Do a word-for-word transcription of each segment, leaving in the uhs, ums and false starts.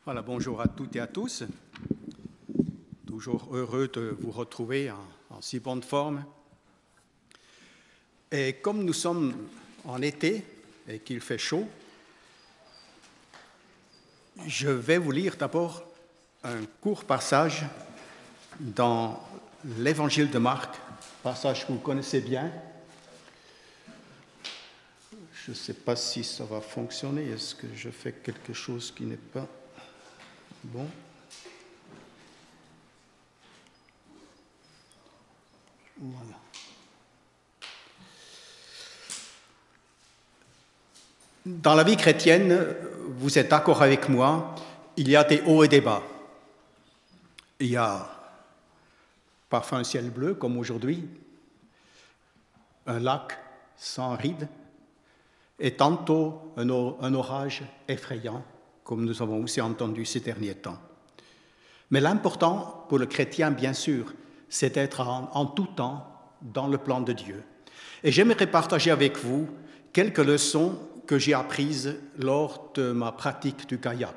Voilà, bonjour à toutes et à tous. Toujours heureux de vous retrouver en, en si bonne forme. Et comme nous sommes en été et qu'il fait chaud, je vais vous lire d'abord un court passage dans l'Évangile de Marc, passage que vous connaissez bien. Je ne sais pas si ça va fonctionner. Est-ce que je fais quelque chose qui n'est pas bon? Voilà. Dans la vie chrétienne, vous êtes d'accord avec moi, il y a des hauts et des bas. Il y a parfois un ciel bleu, comme aujourd'hui, un lac sans rides, et tantôt un, un orage effrayant, comme nous avons aussi entendu ces derniers temps. Mais l'important pour le chrétien, bien sûr, c'est d'être en, en tout temps dans le plan de Dieu. Et j'aimerais partager avec vous quelques leçons que j'ai apprises lors de ma pratique du kayak.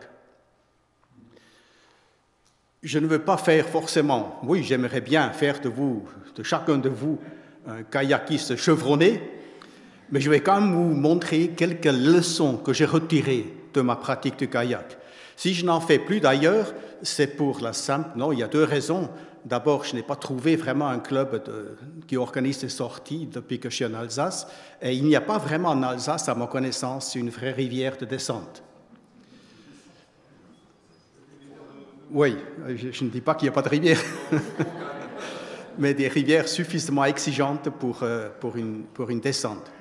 Je ne veux pas faire forcément, oui, j'aimerais bien faire de vous, de chacun de vous, un kayakiste chevronné, mais je vais quand même vous montrer quelques leçons que j'ai retirées de ma pratique du kayak. Si je n'en fais plus d'ailleurs, c'est pour la simple... Non, il y a deux raisons. D'abord, je n'ai pas trouvé vraiment un club de, qui organise des sorties depuis que je suis en Alsace. Et il n'y a pas vraiment en Alsace, à ma connaissance, une vraie rivière de descente. Oui, je, je ne dis pas qu'il n'y a pas de rivière, mais des rivières suffisamment exigeantes pour, euh, pour, une, pour une descente.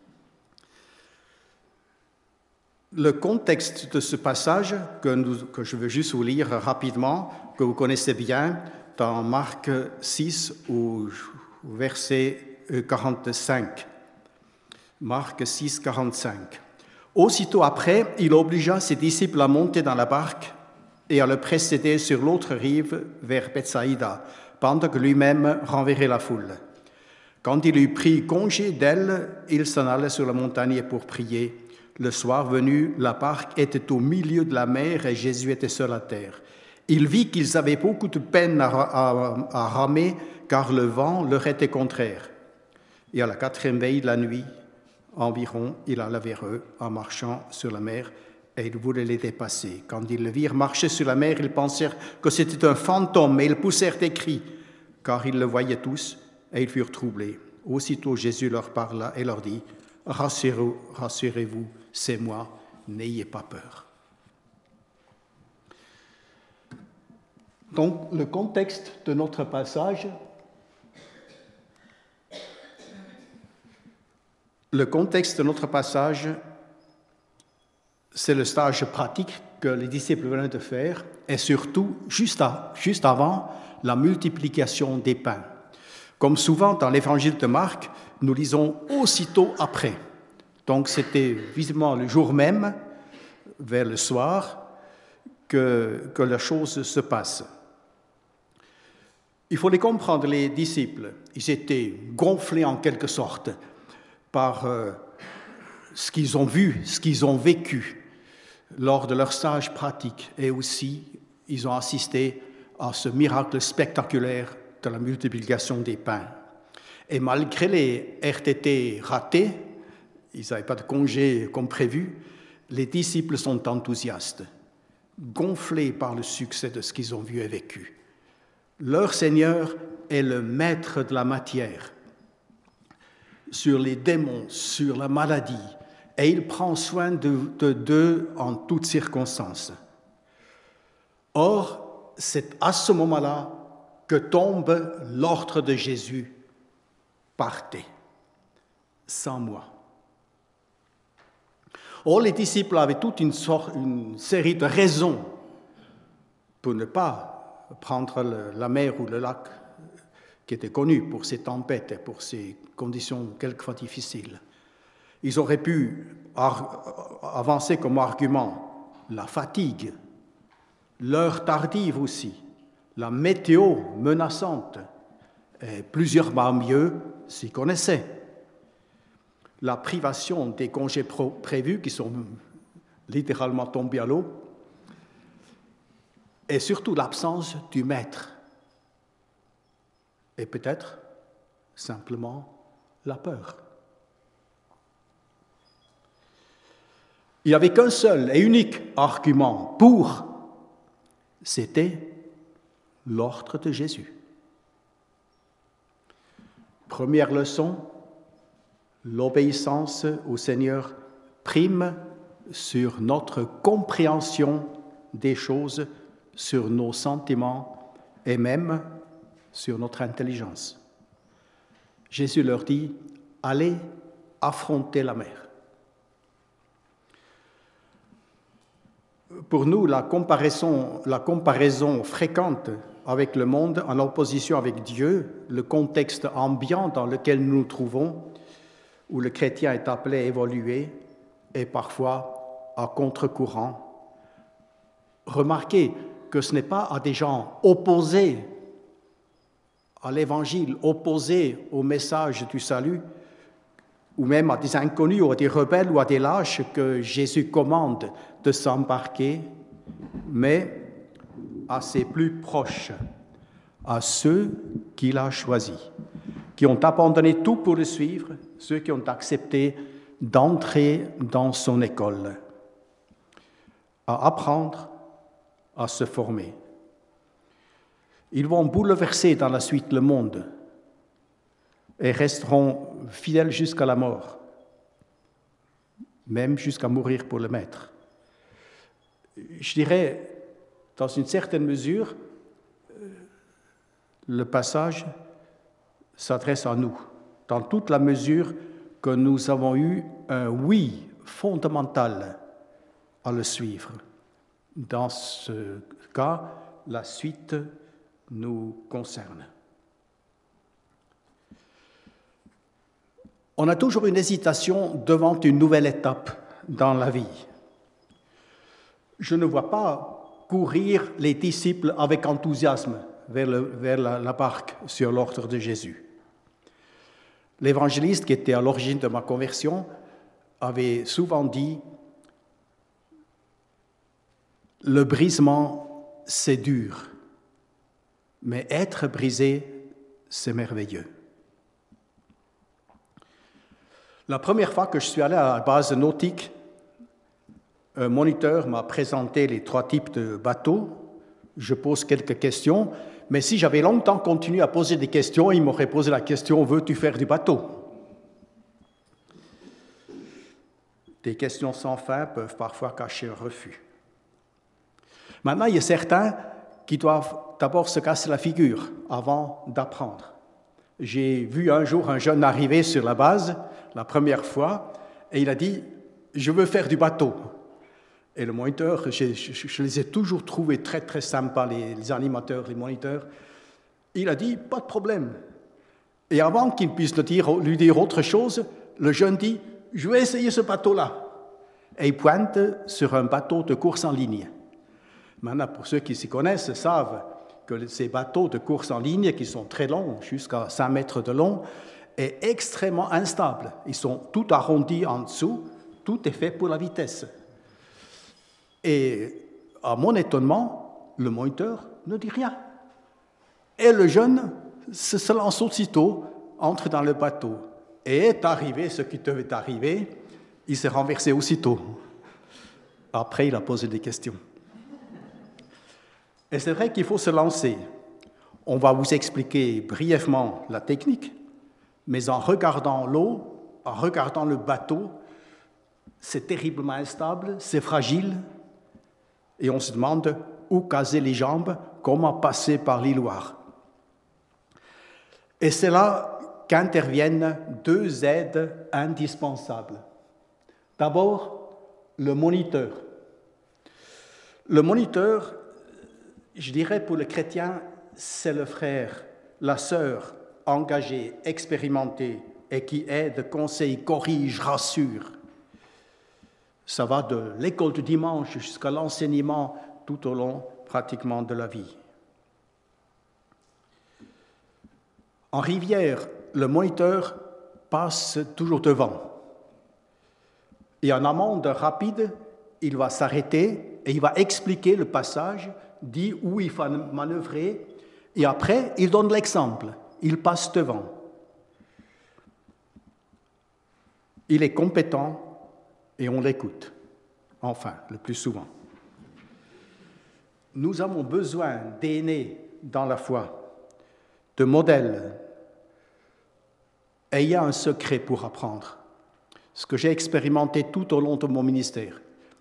Le contexte de ce passage, que, nous, que je veux juste vous lire rapidement, que vous connaissez bien, dans Marc six, au verset quarante-cinq. Marc six, quarante-cinq. Aussitôt après, il obligea ses disciples à monter dans la barque et à le précéder sur l'autre rive vers Bethsaïda, pendant que lui-même renverrait la foule. Quand il eut pris congé d'elle, il s'en allait sur la montagne pour prier. Le soir venu, la barque était au milieu de la mer et Jésus était seul à terre. Il vit qu'ils avaient beaucoup de peine à, à, à ramer, car le vent leur était contraire. Et à la quatrième veille de la nuit, environ, il alla vers eux en marchant sur la mer et il voulait les dépasser. Quand ils le virent marcher sur la mer, ils pensèrent que c'était un fantôme et ils poussèrent des cris, car ils le voyaient tous et ils furent troublés. Aussitôt Jésus leur parla et leur dit « Rassurez-vous, rassurez-vous, c'est moi, n'ayez pas peur. » Donc, le contexte de notre passage, le contexte de notre passage, c'est le stage pratique que les disciples venaient de faire, et surtout, juste, à, juste avant, la multiplication des pains. Comme souvent dans l'évangile de Marc, nous lisons aussitôt après. Donc, c'était visiblement le jour même, vers le soir, que, que la chose se passe. Il faut les comprendre, les disciples. Ils étaient gonflés en quelque sorte par euh, ce qu'ils ont vu, ce qu'ils ont vécu lors de leur stage pratique. Et aussi, ils ont assisté à ce miracle spectaculaire de la multiplication des pains. Et malgré les R T T ratés, ils n'avaient pas de congé comme prévu, les disciples sont enthousiastes, gonflés par le succès de ce qu'ils ont vu et vécu. Leur Seigneur est le maître de la matière, sur les démons, sur la maladie, et il prend soin de d'eux en toutes circonstances. Or, c'est à ce moment-là que tombe l'ordre de Jésus, partez, sans moi. Or, les disciples avaient toute une, sorte, une série de raisons pour ne pas prendre le, la mer ou le lac qui était connu pour ses tempêtes et pour ses conditions quelquefois difficiles. Ils auraient pu ar- avancer comme argument la fatigue, l'heure tardive aussi, la météo menaçante, et plusieurs parmi eux s'y connaissaient. La privation des congés prévus qui sont littéralement tombés à l'eau, et surtout l'absence du maître. Et peut-être simplement la peur. Il n'y avait qu'un seul et unique argument pour, c'était l'ordre de Jésus. Première leçon, l'obéissance au Seigneur prime sur notre compréhension des choses, sur nos sentiments et même sur notre intelligence. Jésus leur dit, allez affronter la mer. Pour nous, la comparaison, la comparaison fréquente avec le monde, en opposition avec Dieu, le contexte ambiant dans lequel nous nous trouvons, où le chrétien est appelé à évoluer, est parfois à contre-courant. Remarquez que ce n'est pas à des gens opposés à l'Évangile, opposés au message du salut, ou même à des inconnus, ou à des rebelles, ou à des lâches, que Jésus commande de s'embarquer, mais à ses plus proches, à ceux qu'il a choisis, qui ont abandonné tout pour le suivre, ceux qui ont accepté d'entrer dans son école, à apprendre, à se former. Ils vont bouleverser dans la suite le monde et resteront fidèles jusqu'à la mort, même jusqu'à mourir pour le Maître. Je dirais, dans une certaine mesure, le passage s'adresse à nous, dans toute la mesure que nous avons eu un oui fondamental à le suivre. Dans ce cas, la suite nous concerne. On a toujours une hésitation devant une nouvelle étape dans la vie. Je ne vois pas courir les disciples avec enthousiasme vers, le, vers la, la barque sur l'ordre de Jésus. L'évangéliste qui était à l'origine de ma conversion avait souvent dit « Le brisement, c'est dur, mais être brisé, c'est merveilleux. » La première fois que je suis allé à la base nautique, un moniteur m'a présenté les trois types de bateaux. Je pose quelques questions, mais si j'avais longtemps continué à poser des questions, il m'aurait posé la question « Veux-tu faire du bateau ?» Des questions sans fin peuvent parfois cacher un refus. Maintenant, il y a certains qui doivent d'abord se casser la figure avant d'apprendre. J'ai vu un jour un jeune arriver sur la base, la première fois, et il a dit « Je veux faire du bateau ». Et le moniteur, je, je, je les ai toujours trouvés très, très sympas, les, les animateurs, les moniteurs. Il a dit « Pas de problème ». Et avant qu'il puisse lui dire, lui dire autre chose, le jeune dit « Je vais essayer ce bateau-là ». Et il pointe sur un bateau de course en ligne. Maintenant, pour ceux qui s'y connaissent, savent que ces bateaux de course en ligne, qui sont très longs, jusqu'à cinq mètres de long, est extrêmement instable. Ils sont tout arrondis en dessous, tout est fait pour la vitesse. Et à mon étonnement, le moniteur ne dit rien. Et le jeune se, se lance aussitôt, entre dans le bateau. Et est arrivé ce qui devait arriver, il s'est renversé aussitôt. Après, il a posé des questions. Et c'est vrai qu'il faut se lancer. On va vous expliquer brièvement la technique, mais en regardant l'eau, en regardant le bateau, c'est terriblement instable, c'est fragile, et on se demande où caser les jambes, comment passer par l'îloir. Et c'est là qu'interviennent deux aides indispensables. D'abord, le moniteur. Le moniteur, je dirais pour le chrétien, c'est le frère, la sœur engagée, expérimentée et qui aide, conseille, corrige, rassure. Ça va de l'école du dimanche jusqu'à l'enseignement tout au long pratiquement de la vie. En rivière, le moniteur passe toujours devant. Et en amont d'un rapide, il va s'arrêter et il va expliquer le passage dit où il faut manœuvrer, et après, il donne l'exemple, il passe devant. Il est compétent et on l'écoute, enfin, le plus souvent. Nous avons besoin d'aînés dans la foi, de modèles. Et il y a un secret pour apprendre, ce que j'ai expérimenté tout au long de mon ministère.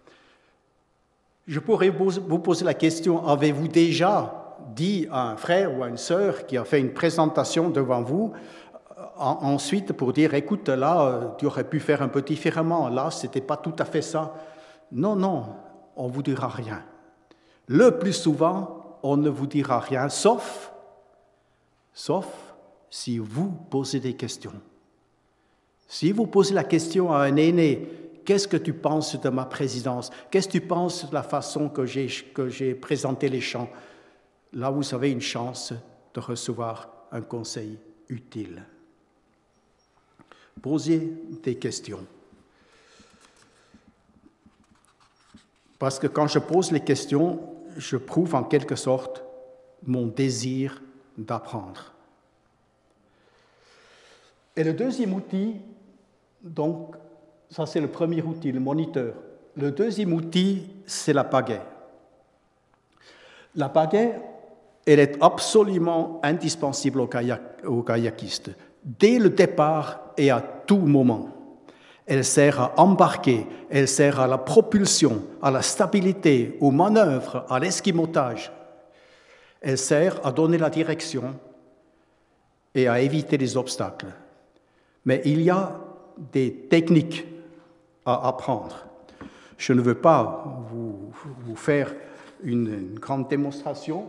Je pourrais vous poser la question, avez-vous déjà dit à un frère ou à une sœur qui a fait une présentation devant vous, ensuite pour dire, écoute, là, tu aurais pu faire un peu différemment, là, ce n'était pas tout à fait ça. Non, non, on ne vous dira rien. Le plus souvent, on ne vous dira rien, sauf, sauf si vous posez des questions. Si vous posez la question à un aîné, qu'est-ce que tu penses de ma présidence? Qu'est-ce que tu penses de la façon que j'ai, que j'ai présenté les chants? Là, vous avez une chance de recevoir un conseil utile. Posez des questions. Parce que quand je pose les questions, je prouve en quelque sorte mon désir d'apprendre. Et le deuxième outil, donc, ça c'est le premier outil, le moniteur. Le deuxième outil, c'est la pagaie. La pagaie, elle est absolument indispensable aux, kayak, aux kayakistes, dès le départ et à tout moment. Elle sert à embarquer, elle sert à la propulsion, à la stabilité, aux manœuvres, à l'esquimotage. Elle sert à donner la direction et à éviter les obstacles. Mais il y a des techniques à apprendre. Je ne veux pas vous, vous faire une, une grande démonstration.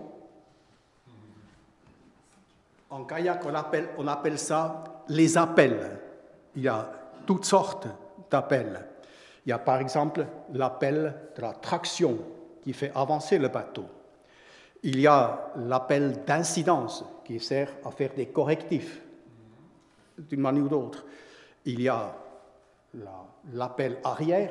En kayak, on appelle, on appelle ça les appels. Il y a toutes sortes d'appels. Il y a par exemple l'appel de la traction qui fait avancer le bateau. Il y a l'appel d'incidence qui sert à faire des correctifs d'une manière ou d'autre. Il y a la, l'appel arrière.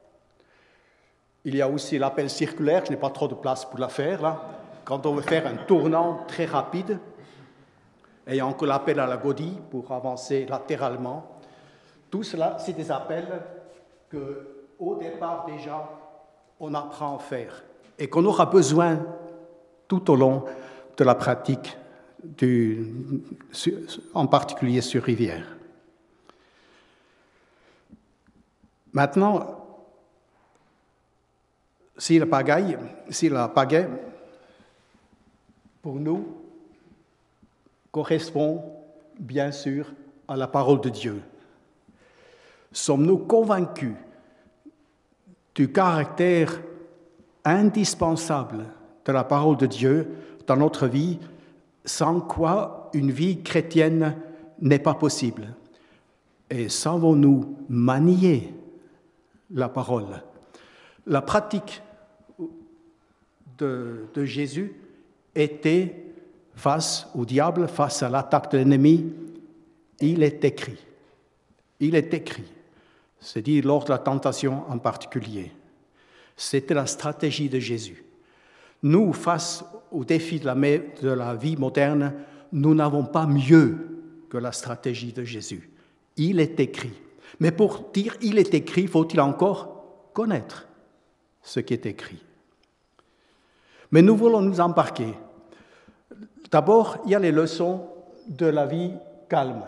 Il y a aussi l'appel circulaire. Je n'ai pas trop de place pour la faire là. Quand on veut faire un tournant très rapide. Et il y a encore l'appel à la godille pour avancer latéralement. Tout cela, c'est des appels qu'au départ déjà, on apprend à faire et qu'on aura besoin tout au long de la pratique, du, en particulier sur rivière. Maintenant, si la pagaie, si la pagaie, pour nous, correspond bien sûr à la parole de Dieu. Sommes-nous convaincus du caractère indispensable de la parole de Dieu dans notre vie, sans quoi une vie chrétienne n'est pas possible? Et savons-nous manier la parole? La pratique de, de Jésus était face au diable, face à l'attaque de l'ennemi. Il est écrit. Il est écrit. C'est dit lors de la tentation en particulier. C'était la stratégie de Jésus. Nous, face aux défis de la, de la vie moderne, nous n'avons pas mieux que la stratégie de Jésus. Il est écrit. Mais pour dire « il est écrit », faut-il encore connaître ce qui est écrit. Mais nous voulons nous embarquer. D'abord, il y a les leçons de la vie calme.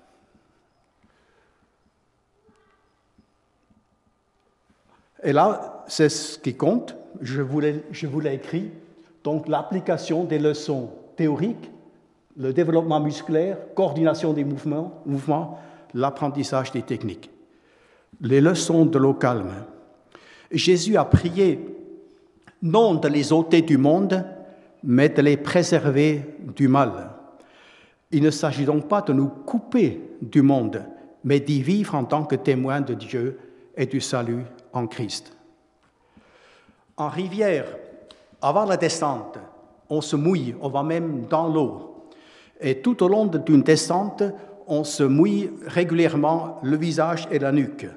Et là, c'est ce qui compte, je vous l'ai, je vous l'ai écrit, donc l'application des leçons théoriques, le développement musculaire, coordination des mouvements, mouvements, l'apprentissage des techniques. Les leçons de l'eau calme. Jésus a prié non de les ôter du monde, mais de les préserver du mal. Il ne s'agit donc pas de nous couper du monde, mais d'y vivre en tant que témoins de Dieu et du salut en Christ. En rivière, avant la descente, on se mouille, on va même dans l'eau. Et tout au long d'une descente, on se mouille régulièrement le visage et la nuque.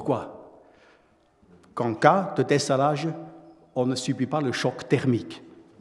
Pourquoi? Qu'en cas de dessalage, on ne subit pas le choc thermique.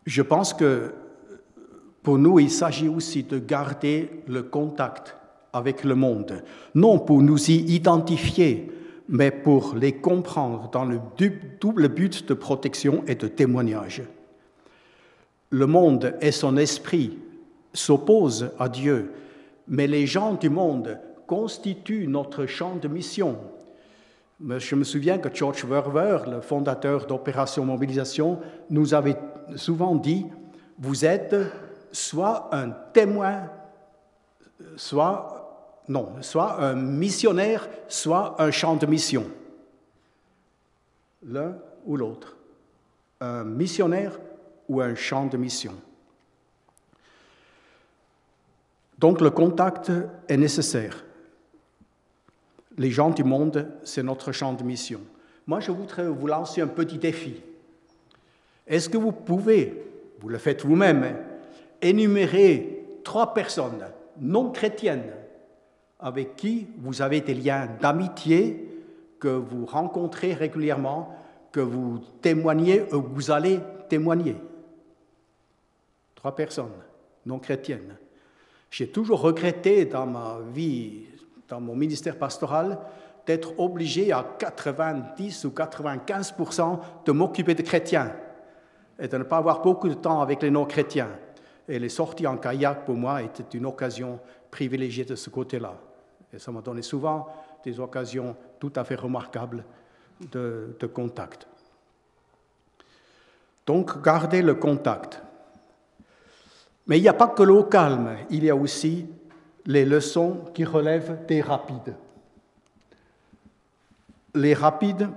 Je pense que pour nous, il s'agit aussi de garder le contact avec le monde, non pour nous y identifier, mais pour les comprendre dans le double but de protection et de témoignage. Le monde et son esprit s'opposent à Dieu, mais les gens du monde constituent notre champ de mission. Je me souviens que George Verwer, le fondateur d'Opération Mobilisation, nous avait souvent dit « Vous êtes soit un témoin, soit, non, soit un missionnaire, soit un champ de mission. » L'un ou l'autre. Un missionnaire ou un champ de mission. Donc le contact est nécessaire. Les gens du monde, c'est notre champ de mission. Moi, je voudrais vous lancer un petit défi. Est-ce que vous pouvez, vous le faites vous-même, énumérer trois personnes non chrétiennes avec qui vous avez des liens d'amitié, que vous rencontrez régulièrement, que vous témoignez ou vous allez témoigner? Trois personnes non chrétiennes. J'ai toujours regretté dans ma vie, dans mon ministère pastoral, d'être obligé à quatre-vingt-dix ou quatre-vingt-quinze pour cent de m'occuper de chrétiens et de ne pas avoir beaucoup de temps avec les non-chrétiens. Et les sorties en kayak, pour moi, étaient une occasion privilégiée de ce côté-là. Et ça m'a donné souvent des occasions tout à fait remarquables de, de contact. Donc, gardez le contact. Mais il n'y a pas que l'eau calme, il y a aussi les leçons qui relèvent des rapides. Les rapides,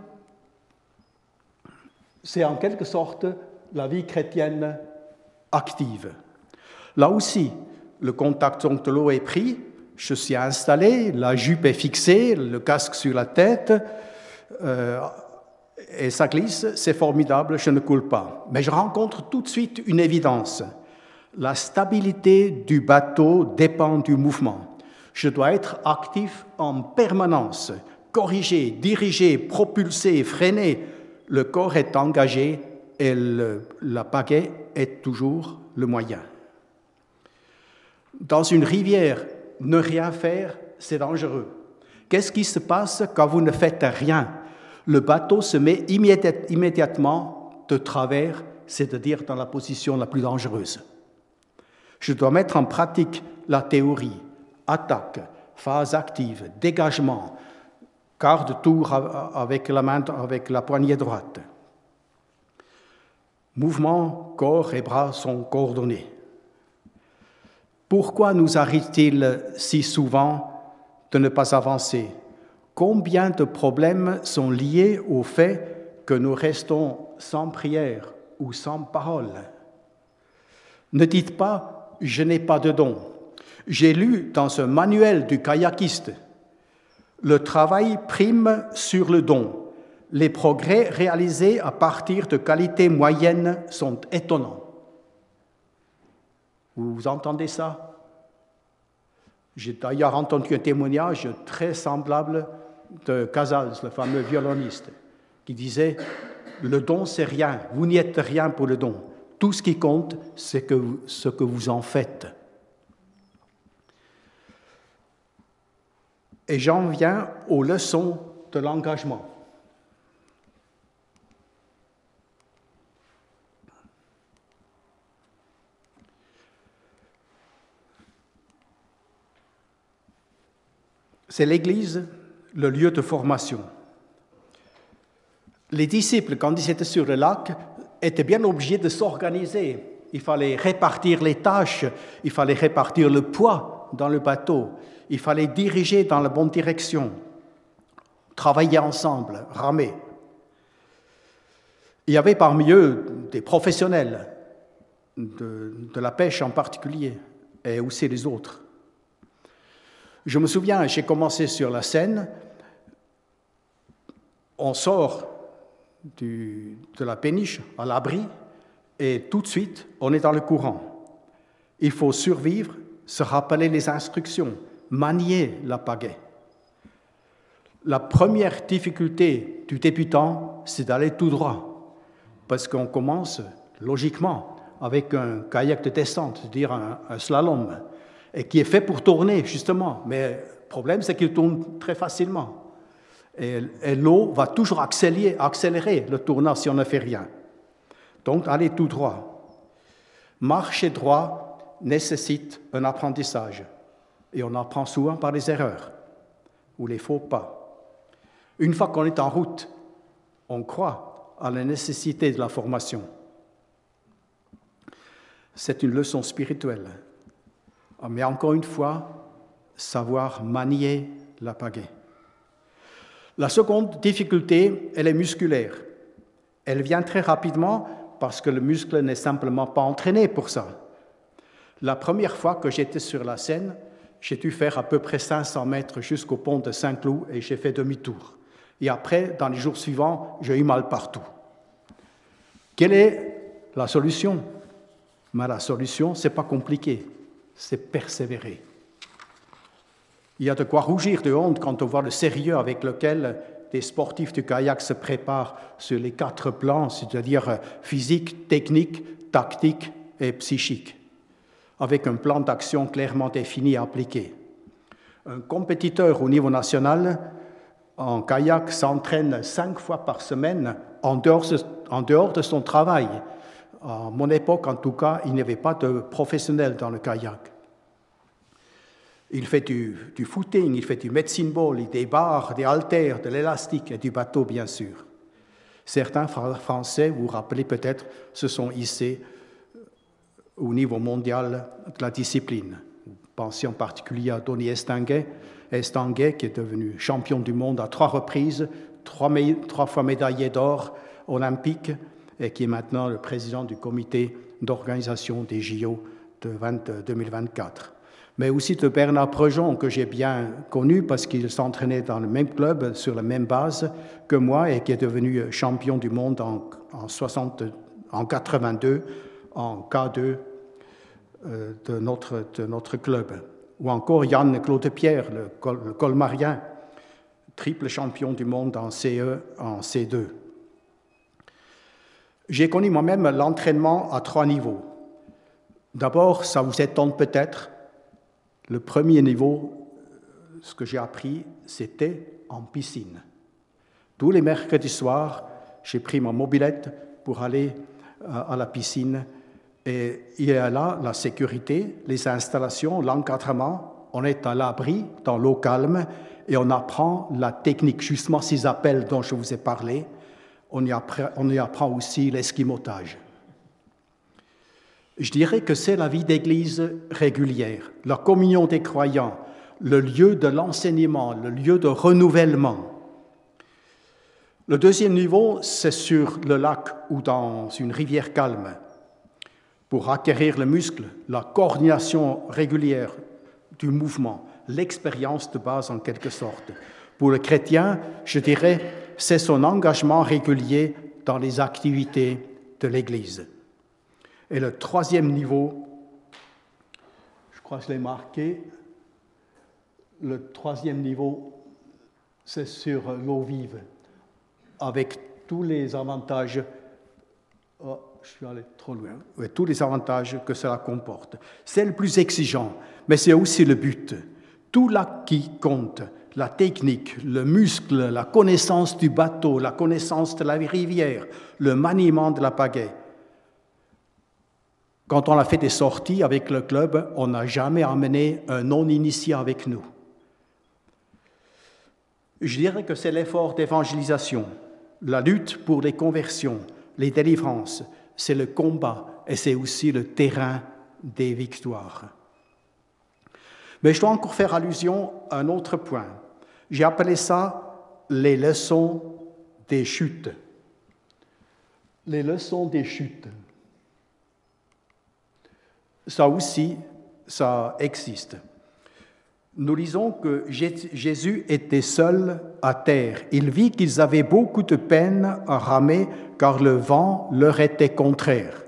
c'est en quelque sorte la vie chrétienne active. Là aussi, le contact de l'eau est pris, je suis installé, la jupe est fixée, le casque sur la tête, euh, et ça glisse, c'est formidable, je ne coule pas. Mais je rencontre tout de suite une évidence. La stabilité du bateau dépend du mouvement. Je dois être actif en permanence, corriger, diriger, propulser, freiner. Le corps est engagé et le, la pagaie est toujours le moyen. Dans une rivière, ne rien faire, c'est dangereux. Qu'est-ce qui se passe quand vous ne faites rien? Le bateau se met immédiat- immédiatement de travers, c'est-à-dire dans la position la plus dangereuse. Je dois mettre en pratique la théorie, attaque, phase active, dégagement, quart de tour avec la main, avec la poignée droite. Mouvement, corps et bras sont coordonnés. Pourquoi nous arrive-t-il si souvent de ne pas avancer? Combien de problèmes sont liés au fait que nous restons sans prière ou sans parole? Ne dites pas « je n'ai pas de don ». J'ai lu dans ce manuel du kayakiste « Le travail prime sur le don. Les progrès réalisés à partir de qualités moyennes sont étonnants. » Vous entendez ça? J'ai d'ailleurs entendu un témoignage très semblable de Casals, le fameux violoniste, qui disait « Le don, c'est rien. Vous n'y êtes rien pour le don. Tout ce qui compte, c'est que vous, ce que vous en faites. » Et j'en viens aux leçons de l'engagement. C'est l'Église, le lieu de formation. Les disciples, quand ils étaient sur le lac, étaient bien obligés de s'organiser. Il fallait répartir les tâches, il fallait répartir le poids dans le bateau, il fallait diriger dans la bonne direction, travailler ensemble, ramer. Il y avait parmi eux des professionnels, de, de la pêche en particulier, et aussi les autres. Je me souviens, j'ai commencé sur la Seine, on sort du, de la péniche à l'abri, et tout de suite, on est dans le courant. Il faut survivre, se rappeler les instructions, manier la pagaie. La première difficulté du débutant, c'est d'aller tout droit, parce qu'on commence logiquement avec un kayak de descente, c'est-à-dire un, un slalom, et qui est fait pour tourner, justement. Mais le problème, c'est qu'il tourne très facilement. Et, et l'eau va toujours accélérer, accélérer le tournant si on ne fait rien. Donc, allez tout droit. Marcher droit nécessite un apprentissage. Et on apprend souvent par les erreurs ou les faux pas. Une fois qu'on est en route, on croit à la nécessité de la formation. C'est une leçon spirituelle. Mais encore une fois, savoir manier la pagaie. La seconde difficulté, elle est musculaire. Elle vient très rapidement parce que le muscle n'est simplement pas entraîné pour ça. La première fois que j'étais sur la Seine, j'ai dû faire à peu près cinq cents mètres jusqu'au pont de Saint-Cloud et j'ai fait demi-tour. Et après, dans les jours suivants, j'ai eu mal partout. Quelle est la solution? Mais la solution, ce n'est pas compliqué, c'est persévérer. Il y a de quoi rougir de honte quand on voit le sérieux avec lequel des sportifs du kayak se préparent sur les quatre plans, c'est-à-dire physique, technique, tactique et psychique, avec un plan d'action clairement défini et appliqué. Un compétiteur au niveau national en kayak s'entraîne cinq fois par semaine en dehors de, en dehors de son travail. À mon époque, en tout cas, il n'y avait pas de professionnels dans le kayak. Il fait du, du footing, il fait du medicine ball, des barres, des haltères, de l'élastique et du bateau, bien sûr. Certains Français, vous vous rappelez peut-être, se sont hissés au niveau mondial de la discipline. Pensez en particulier à Tony Estanguet, Estanguet, qui est devenu champion du monde à trois reprises, trois, trois fois médaillé d'or olympique, et qui est maintenant le président du comité d'organisation des J O de deux mille vingt-quatre. Mais aussi de Bernard Prejean, que j'ai bien connu parce qu'il s'entraînait dans le même club, sur la même base que moi, et qui est devenu champion du monde en, en, soixante, en quatre-vingt-deux, en K deux euh, de, notre, de notre club. Ou encore Yann Claude-Pierre, le, col, le colmarien, triple champion du monde en C E, en C deux. J'ai connu moi-même l'entraînement à trois niveaux. D'abord, ça vous étonne peut-être, le premier niveau, ce que j'ai appris, c'était en piscine. Tous les mercredis soirs, j'ai pris ma mobilette pour aller à la piscine. Et il y a là la sécurité, les installations, l'encadrement. On est à l'abri, dans l'eau calme, et on apprend la technique, justement ces appels dont je vous ai parlé. On y apprend, on y apprend aussi l'esquimotage. Je dirais que c'est la vie d'église régulière, la communion des croyants, le lieu de l'enseignement, le lieu de renouvellement. Le deuxième niveau, c'est sur le lac ou dans une rivière calme, pour acquérir le muscle, la coordination régulière du mouvement, l'expérience de base en quelque sorte. Pour le chrétien, je dirais, c'est son engagement régulier dans les activités de l'Église. Et le troisième niveau, je crois que je l'ai marqué, le troisième niveau, c'est sur l'eau vive, avec tous les avantages, oh, je suis allé trop loin, oui, tous les avantages que cela comporte. C'est le plus exigeant, mais c'est aussi le but. Tout là qui compte, la technique, le muscle, la connaissance du bateau, la connaissance de la rivière, le maniement de la pagaie. Quand on a fait des sorties avec le club, on n'a jamais amené un non-initié avec nous. Je dirais que c'est l'effort d'évangélisation, la lutte pour les conversions, les délivrances, c'est le combat et c'est aussi le terrain des victoires. Mais je dois encore faire allusion à un autre point. J'ai appelé ça les leçons des chutes. Les leçons des chutes. Ça aussi, ça existe. Nous lisons que Jésus était seul à terre. Il vit qu'ils avaient beaucoup de peine à ramer car le vent leur était contraire.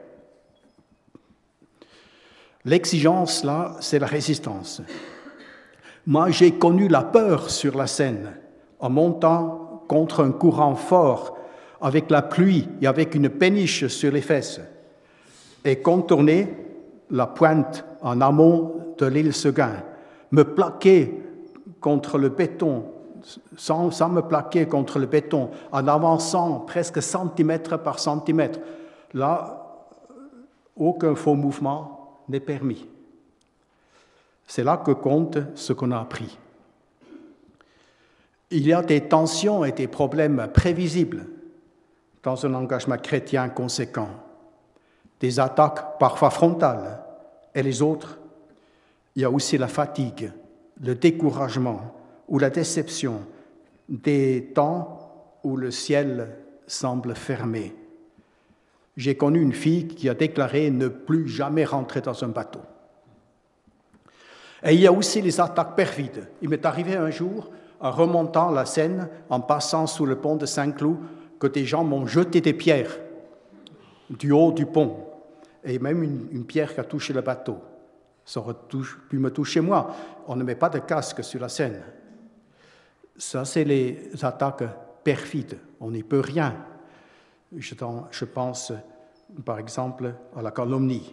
L'exigence, là, c'est la résistance. Moi, j'ai connu la peur sur la Seine en montant contre un courant fort avec la pluie et avec une péniche sur les fesses. et contourner la pointe en amont de l'île Seguin, me plaquer contre le béton, sans, sans me plaquer contre le béton, en avançant presque centimètre par centimètre. Là, aucun faux mouvement n'est permis. C'est là que compte ce qu'on a appris. Il y a des tensions et des problèmes prévisibles dans un engagement chrétien conséquent. Des attaques parfois frontales, et les autres, il y a aussi la fatigue, le découragement ou la déception, des temps où le ciel semble fermé. J'ai connu une fille qui a déclaré ne plus jamais rentrer dans un bateau. Et il y a aussi les attaques perfides. Il m'est arrivé un jour, en remontant la Seine, en passant sous le pont de Saint-Cloud, que des gens m'ont jeté des pierres du haut du pont, et même une, une pierre qui a touché le bateau. Ça aurait pu me toucher moi. On ne met pas de casque sur la Seine. Ça, c'est les attaques perfides. On n'y peut rien. Je, je pense, par exemple, à la calomnie.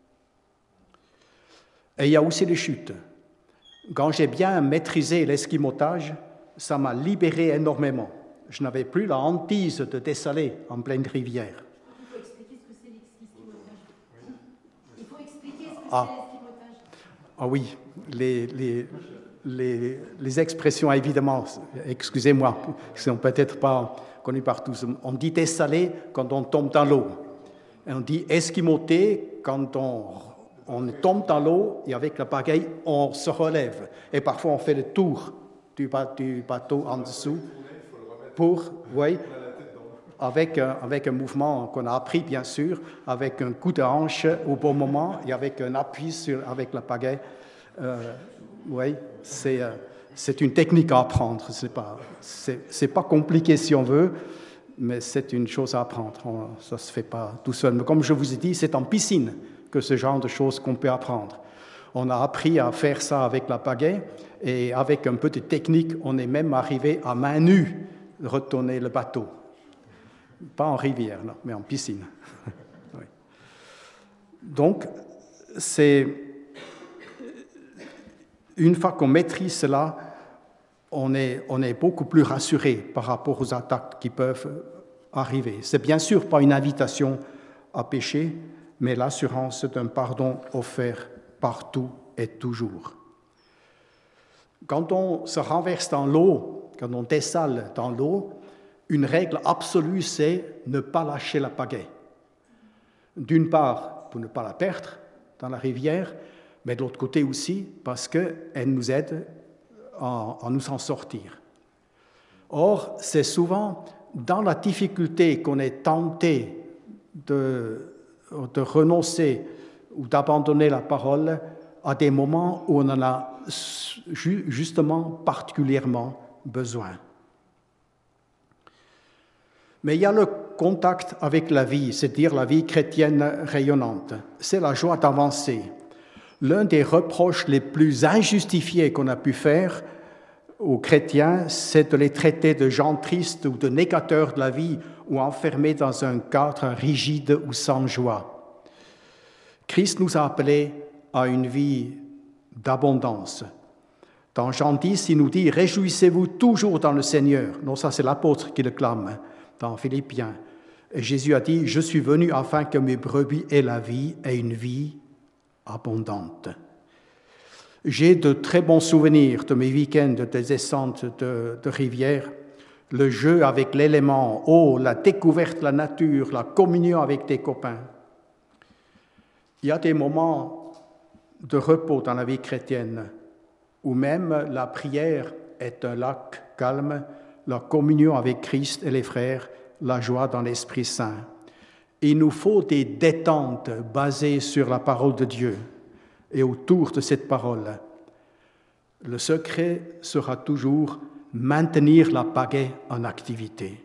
Et il y a aussi les chutes. Quand j'ai bien maîtrisé l'esquimotage, ça m'a libéré énormément. Je n'avais plus la hantise de dessaler en pleine rivière. Il faut expliquer ce que c'est l'esquimotage. Il faut expliquer ce que Ah. c'est l'esquimotage. Ah oui, les, les, les, les expressions, évidemment, excusez-moi, qui ne sont peut-être pas connues par tous. On dit dessaler quand on tombe dans l'eau. Et on dit esquimoter quand on, on tombe dans l'eau et avec la pagaie, on se relève. Et parfois, on fait le tour du, du bateau en dessous pour, oui, avec un, avec un mouvement qu'on a appris, bien sûr, avec un coup de hanche au bon moment et avec un appui sur, avec la pagaie. Euh, oui, c'est, euh, c'est une technique à apprendre. Ce n'est pas, c'est, c'est pas compliqué si on veut, mais c'est une chose à apprendre. On, ça ne se fait pas tout seul. Mais comme je vous ai dit, c'est en piscine que ce genre de choses qu'on peut apprendre. On a appris à faire ça avec la pagaie et avec un peu de technique, on est même arrivé à main nue retourner le bateau. Pas en rivière, non, mais en piscine. Oui. Donc, c'est une fois qu'on maîtrise cela, on est, on est beaucoup plus rassuré par rapport aux attaques qui peuvent arriver. C'est bien sûr pas une invitation à pécher, mais l'assurance d'un pardon offert partout et toujours. Quand on se renverse dans l'eau, quand on dessale dans l'eau, une règle absolue, c'est ne pas lâcher la pagaie. D'une part, pour ne pas la perdre dans la rivière, mais de l'autre côté aussi, parce qu'elle nous aide à, à nous en sortir. Or, c'est souvent dans la difficulté qu'on est tenté de, de renoncer ou d'abandonner la parole à des moments où on en a justement particulièrement besoin. Mais il y a le contact avec la vie, c'est-à-dire la vie chrétienne rayonnante. C'est la joie d'avancer. L'un des reproches les plus injustifiés qu'on a pu faire aux chrétiens, c'est de les traiter de gens tristes ou de négateurs de la vie ou enfermés dans un cadre rigide ou sans joie. Christ nous a appelés à une vie d'abondance. Dans Jean dix, il nous dit « Réjouissez-vous toujours dans le Seigneur ». Non, ça c'est l'apôtre qui le clame dans Philippiens. Et Jésus a dit « Je suis venu afin que mes brebis aient la vie et une vie abondante ». J'ai de très bons souvenirs de mes week-ends de descente de, de rivière, le jeu avec l'élément, oh, la découverte de la nature, la communion avec tes copains. Il y a des moments de repos dans la vie chrétienne, où même la prière est un lac calme, la communion avec Christ et les frères, la joie dans l'Esprit Saint. Il nous faut des détentes basées sur la parole de Dieu et autour de cette parole. Le secret sera toujours maintenir la pagaie en activité.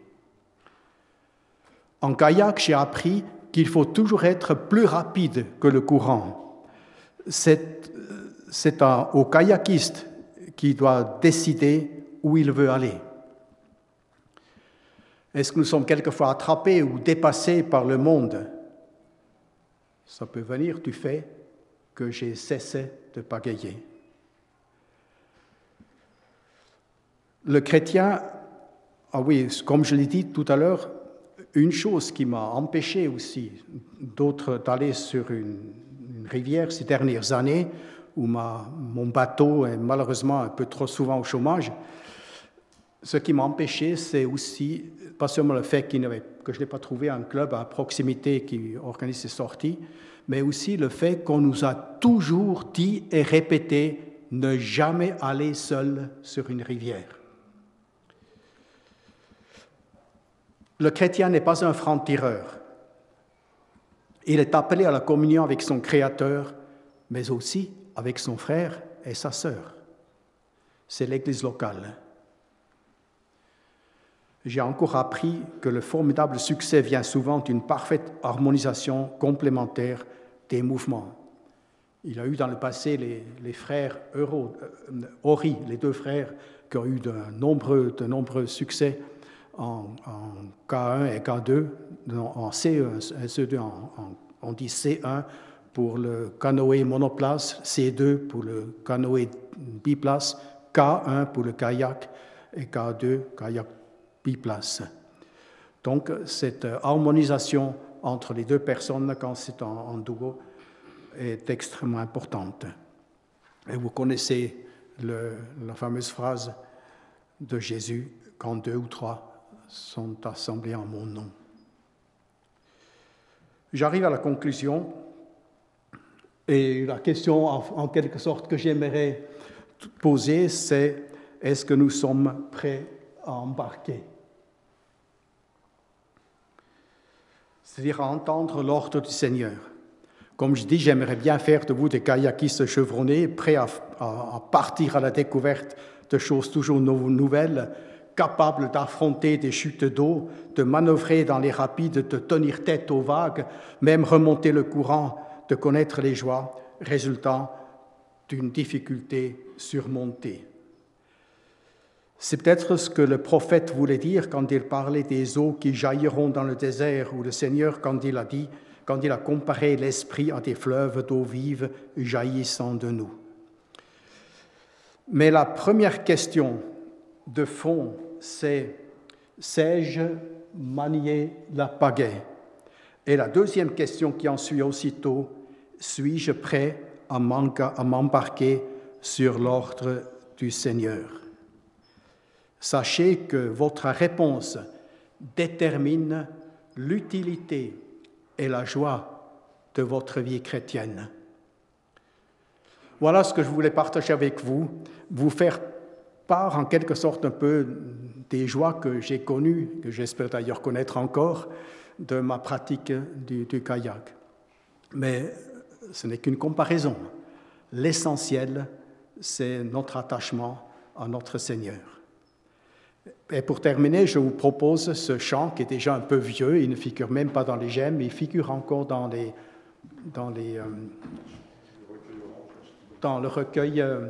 En kayak, j'ai appris qu'il faut toujours être plus rapide que le courant. C'est C'est un, au kayakiste qui doit décider où il veut aller. Est-ce que nous sommes quelquefois attrapés ou dépassés par le monde? Ça peut venir du fait que j'ai cessé de pagayer. Le chrétien, ah oui, comme je l'ai dit tout à l'heure, une chose qui m'a empêché aussi d'autre d'aller sur une, une rivière ces dernières années, où ma, mon bateau est malheureusement un peu trop souvent au chômage, ce qui m'a empêché, c'est aussi, pas seulement le fait qu'il n'avait, que je n'ai pas trouvé un club à proximité qui organise ces sorties, mais aussi le fait qu'on nous a toujours dit et répété ne jamais aller seul sur une rivière. Le chrétien n'est pas un franc-tireur. Il est appelé à la communion avec son Créateur, mais aussi avec son frère et sa sœur. C'est l'Église locale. J'ai encore appris que le formidable succès vient souvent d'une parfaite harmonisation complémentaire des mouvements. Il y a eu dans le passé les, les frères Euro, euh, Ori, les deux frères, qui ont eu de nombreux, de nombreux succès en, en K un et K deux, en C un et C deux, en, en, on dit C un pour le canoë monoplace, C deux pour le canoë biplace, K un pour le kayak et K deux, kayak biplace. Donc, cette harmonisation entre les deux personnes, quand c'est en, en duo, est extrêmement importante. Et vous connaissez le, la fameuse phrase de Jésus, « Quand deux ou trois sont assemblés en mon nom ». J'arrive à la conclusion, et la question en, en quelque sorte que j'aimerais poser, c'est « Est-ce que nous sommes prêts à embarquer ?» C'est-à-dire à entendre l'ordre du Seigneur. Comme je dis, j'aimerais bien faire de vous des kayakistes chevronnés, prêts à, à, à partir à la découverte de choses toujours nouvelles, capables d'affronter des chutes d'eau, de manœuvrer dans les rapides, de tenir tête aux vagues, même remonter le courant, de connaître les joies résultant d'une difficulté surmontée. C'est peut-être ce que le prophète voulait dire quand il parlait des eaux qui jailliront dans le désert, ou le Seigneur quand il a dit, quand il a comparé l'esprit à des fleuves d'eau vive jaillissant de nous. Mais la première question de fond, c'est « sais-je manier la pagaie ?» Et la deuxième question qui en suit aussitôt, « suis-je prêt à m'embarquer sur l'ordre du Seigneur ?» Sachez que votre réponse détermine l'utilité et la joie de votre vie chrétienne. Voilà ce que je voulais partager avec vous, vous faire part en quelque sorte un peu des joies que j'ai connues, que j'espère d'ailleurs connaître encore, de ma pratique du, du kayak. Mais ce n'est qu'une comparaison. L'essentiel, c'est notre attachement à notre Seigneur. Et pour terminer, je vous propose ce chant qui est déjà un peu vieux, il ne figure même pas dans les gemmes, il figure encore dans, les, dans, les, euh, dans le recueil euh,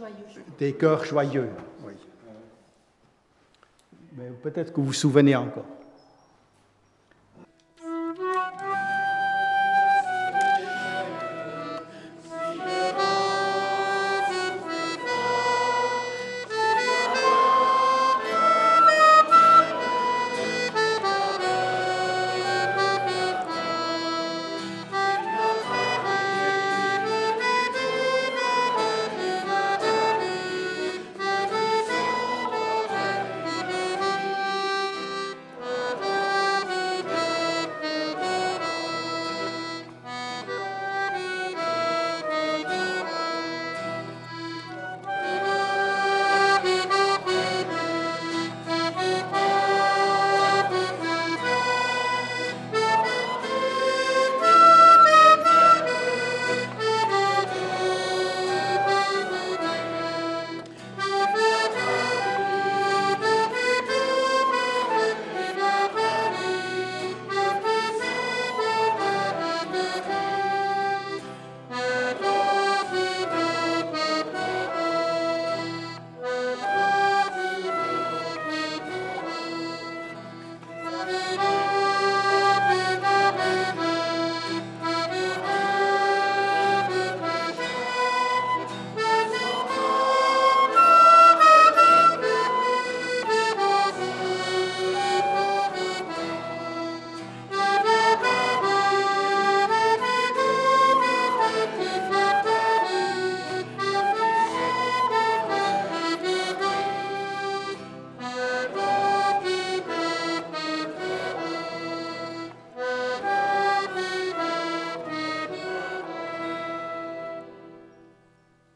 des Chœurs joyeux. Oui. Mais peut-être que vous vous souvenez encore.